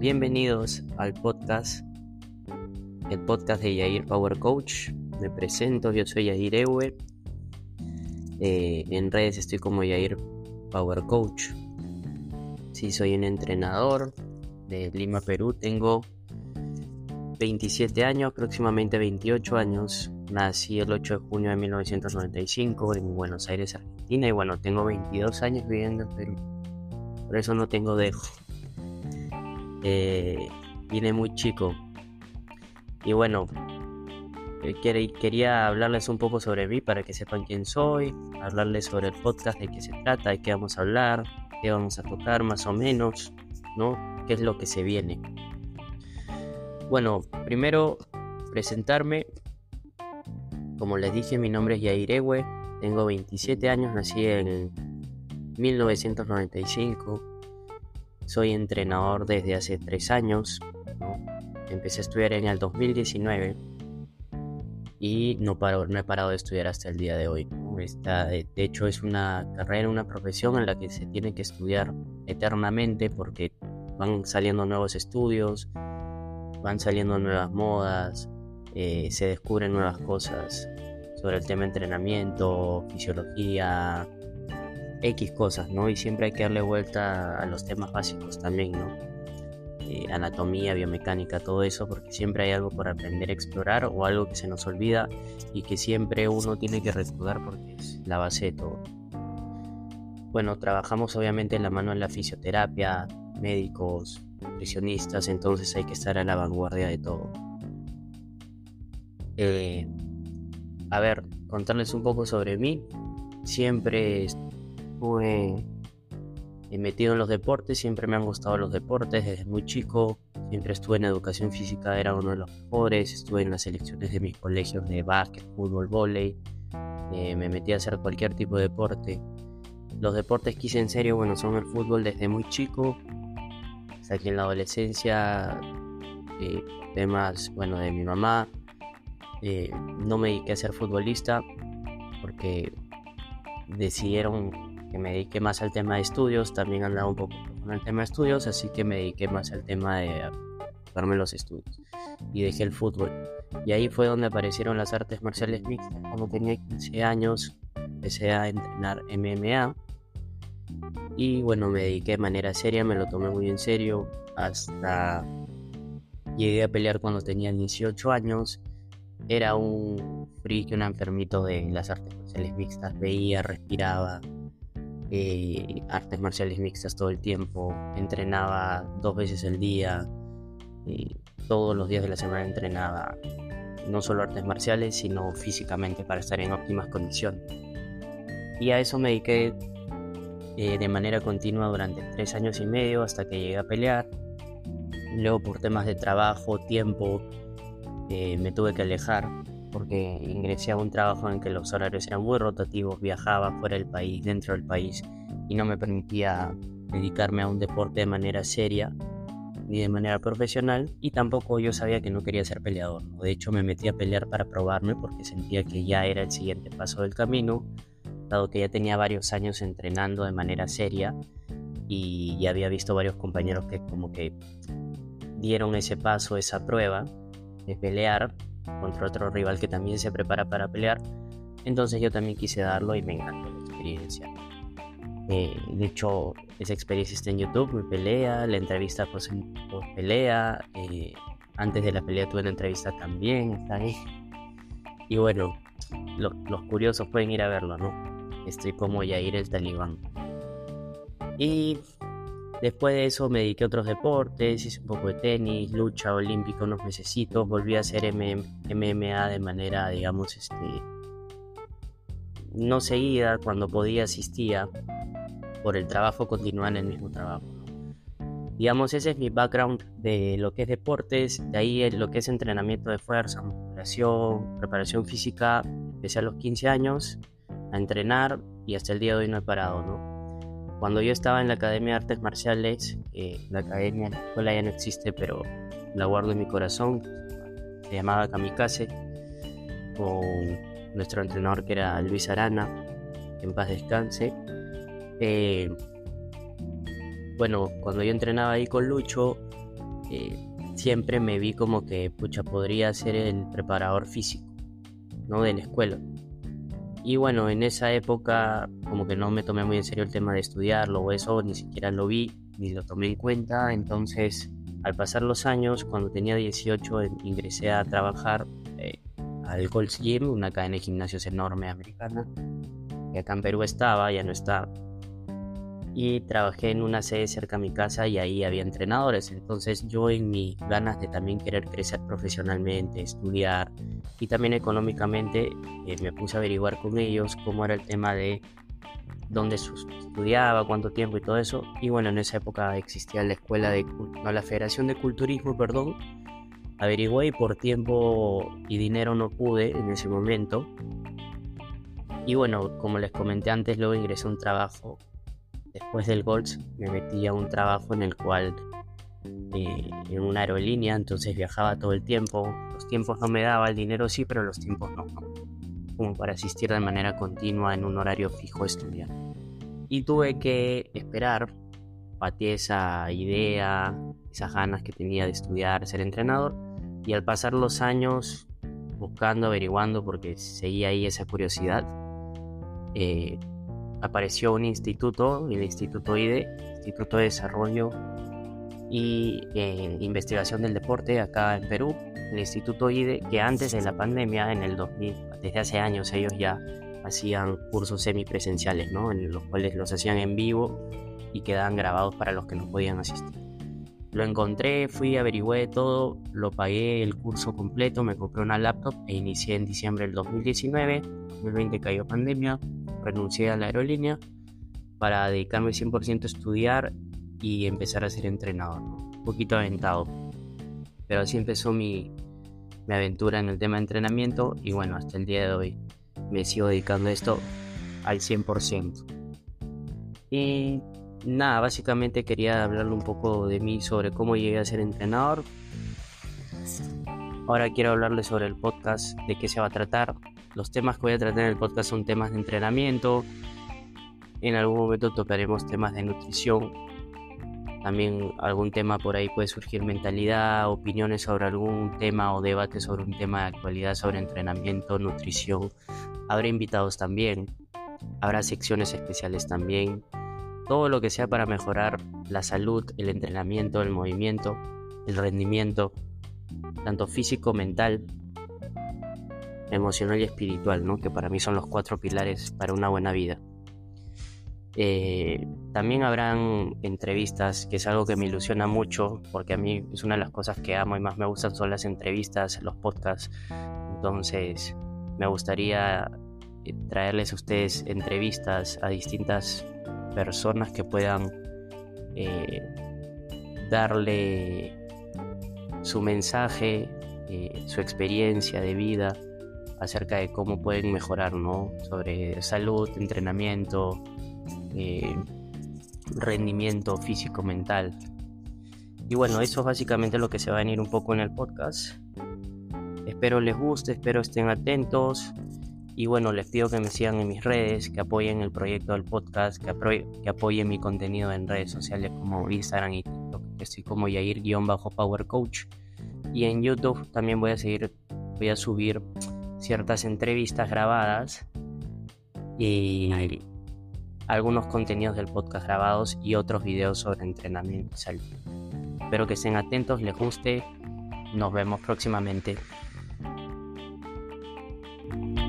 Bienvenidos al podcast, el podcast de Yair Power Coach. Me presento, yo soy Yair Ewe. En redes estoy como Yair Power Coach. Sí, soy un entrenador de Lima, Perú. Tengo 27 años, próximamente 28 años. Nací el 8 de junio de 1995 en Buenos Aires, Argentina. Y bueno, tengo 22 años viviendo en Perú. Por eso no tengo dejo. Vine muy chico. Y bueno, quería hablarles un poco sobre mí para que sepan quién soy, hablarles sobre el podcast, de qué se trata, de qué vamos a hablar, qué vamos a tocar más o menos, ¿no? ¿Qué es lo que se viene? Bueno, primero presentarme. Como les dije, mi nombre es Yair Ewe, tengo 27 años, nací en 1995. Soy entrenador desde hace 3 años, ¿no? Empecé a estudiar en el 2019 y no he parado de estudiar hasta el día de hoy, ¿no? De hecho, es una carrera, una profesión en la que se tiene que estudiar eternamente porque van saliendo nuevos estudios, van saliendo nuevas modas, se descubren nuevas cosas sobre el tema de entrenamiento, fisiología, X cosas, ¿no? Y siempre hay que darle vuelta a los temas básicos también, ¿no? Anatomía, biomecánica, todo eso, porque siempre hay algo por aprender a explorar o algo que se nos olvida y que siempre uno tiene que recordar porque es la base de todo. Bueno, trabajamos obviamente en la mano en la fisioterapia, médicos, nutricionistas, entonces hay que estar a la vanguardia de todo. Contarles un poco sobre mí. Siempre estuve metido en los deportes, siempre me han gustado los deportes desde muy chico, siempre estuve en educación física, era uno de los mejores, estuve en las selecciones de mis colegios de básquet, fútbol, vóley, me metí a hacer cualquier tipo de deporte. Los deportes que hice en serio, bueno, son el fútbol desde muy chico, hasta que en la adolescencia, temas, bueno, de mi mamá, no me dediqué a ser futbolista porque decidieron que me dediqué más al tema de estudios. También andaba un poco con el tema de estudios, así que me dediqué más al tema de darme los estudios y dejé el fútbol. Y ahí fue donde aparecieron las artes marciales mixtas. Cuando tenía 15 años empecé a entrenar MMA y bueno, me dediqué de manera seria, me lo tomé muy en serio hasta llegué a pelear cuando tenía 18 años. Era un friki, un enfermito de las artes marciales mixtas, veía, respiraba artes marciales mixtas todo el tiempo, entrenaba 2 veces al día, todos los días de la semana entrenaba, no solo artes marciales, sino físicamente para estar en óptimas condiciones. Y a eso me dediqué de manera continua durante 3 años y medio hasta que llegué a pelear. Luego, por temas de trabajo, tiempo, me tuve que alejar porque ingresé a un trabajo en que los horarios eran muy rotativos, viajaba fuera del país, dentro del país, y no me permitía dedicarme a un deporte de manera seria ni de manera profesional, y tampoco yo sabía que no quería ser peleador, ¿no? De hecho, me metí a pelear para probarme porque sentía que ya era el siguiente paso del camino, dado que ya tenía varios años entrenando de manera seria y ya había visto varios compañeros que como que dieron ese paso, esa prueba de pelear contra otro rival que también se prepara para pelear. Entonces yo también quise darlo y me encantó la experiencia. De hecho, esa experiencia está en YouTube, mi pelea, la entrevista post pelea, antes de la pelea tuve una entrevista también, está ahí. Y bueno, los curiosos pueden ir a verlo, ¿no? Estoy como Yair el Talibán. Y después de eso me dediqué a otros deportes, hice un poco de tenis, lucha olímpica unos mesecitos, volví a hacer MMA de manera, digamos, no seguida, cuando podía asistía, por el trabajo continuaba en el mismo trabajo, ¿no? Digamos, ese es mi background de lo que es deportes, de ahí lo que es entrenamiento de fuerza, musculación, preparación física. Empecé a los 15 años a entrenar y hasta el día de hoy no he parado, ¿no? Cuando yo estaba en la Academia de Artes Marciales, la escuela ya no existe, pero la guardo en mi corazón, se llamaba Kamikaze, con nuestro entrenador que era Luis Arana, que en paz descanse. Bueno, cuando yo entrenaba ahí con Lucho, siempre me vi como que, podría ser el preparador físico, ¿no? De la escuela. Y bueno, en esa época como que no me tomé muy en serio el tema de estudiarlo o eso, ni siquiera lo vi, ni lo tomé en cuenta. Entonces, al pasar los años, cuando tenía 18, ingresé a trabajar al Gold's Gym, una cadena de gimnasios enorme americana, que acá en Perú estaba, ya no está. Y trabajé en una sede cerca de mi casa y ahí había entrenadores. Entonces yo, en mis ganas de también querer crecer profesionalmente, estudiar y también económicamente, me puse a averiguar con ellos cómo era el tema de dónde estudiaba, cuánto tiempo y todo eso. Y bueno, en esa época existía la Federación de Culturismo, perdón. Averigué y por tiempo y dinero no pude en ese momento. Y bueno, como les comenté antes, luego ingresé a un trabajo. Después del Golds me metí a un trabajo en el cual, en una aerolínea, entonces viajaba todo el tiempo. Los tiempos no me daba, el dinero sí, pero los tiempos no. Como para asistir de manera continua en un horario fijo a estudiar. Y tuve que esperar, pateé esa idea, esas ganas que tenía de estudiar, ser entrenador. Y al pasar los años, buscando, averiguando, porque seguía ahí esa curiosidad, apareció un instituto, el Instituto IDE, Instituto de Desarrollo y Investigación del Deporte acá en Perú. El Instituto IDE, que antes de la pandemia, en el 2000, desde hace años, ellos ya hacían cursos semipresenciales, ¿no? En los cuales los hacían en vivo y quedaban grabados para los que no podían asistir. Lo encontré, fui, averigüé todo, lo pagué el curso completo, me compré una laptop e inicié en diciembre del 2019. 2020 cayó pandemia, renuncié a la aerolínea para dedicarme 100% a estudiar y empezar a ser entrenador, ¿no? Un poquito aventado, pero así empezó mi aventura en el tema de entrenamiento. Y bueno, hasta el día de hoy me sigo dedicando a esto al 100%. Y nada, básicamente quería hablarle un poco de mí, sobre cómo llegué a ser entrenador. Ahora quiero hablarles sobre el podcast, de qué se va a tratar. Los temas que voy a tratar en el podcast son temas de entrenamiento. En algún momento tocaremos temas de nutrición. También algún tema por ahí puede surgir, mentalidad, opiniones sobre algún tema o debate sobre un tema de actualidad sobre entrenamiento, nutrición. Habrá invitados también. Habrá secciones especiales también. Todo lo que sea para mejorar la salud, el entrenamiento, el movimiento, el rendimiento, tanto físico, mental, emocional y espiritual, ¿no? Que para mí son los 4 pilares para una buena vida. También habrán entrevistas, que es algo que me ilusiona mucho, porque a mí es una de las cosas que amo y más me gustan, son las entrevistas, los podcasts. Entonces me gustaría traerles a ustedes entrevistas a distintas personas que puedan darle su mensaje, su experiencia de vida acerca de cómo pueden mejorar, ¿no? Sobre salud, entrenamiento, rendimiento físico, mental. Y bueno, eso es básicamente lo que se va a venir un poco en el podcast. Espero les guste, espero estén atentos. Y bueno, les pido que me sigan en mis redes, que apoyen el proyecto del podcast, que apoyen mi contenido en redes sociales como Instagram y TikTok, que estoy como Yair_Power Coach. Y en YouTube también voy a subir ciertas entrevistas grabadas y algunos contenidos del podcast grabados y otros videos sobre entrenamiento y salud. Espero que estén atentos, les guste. Nos vemos próximamente.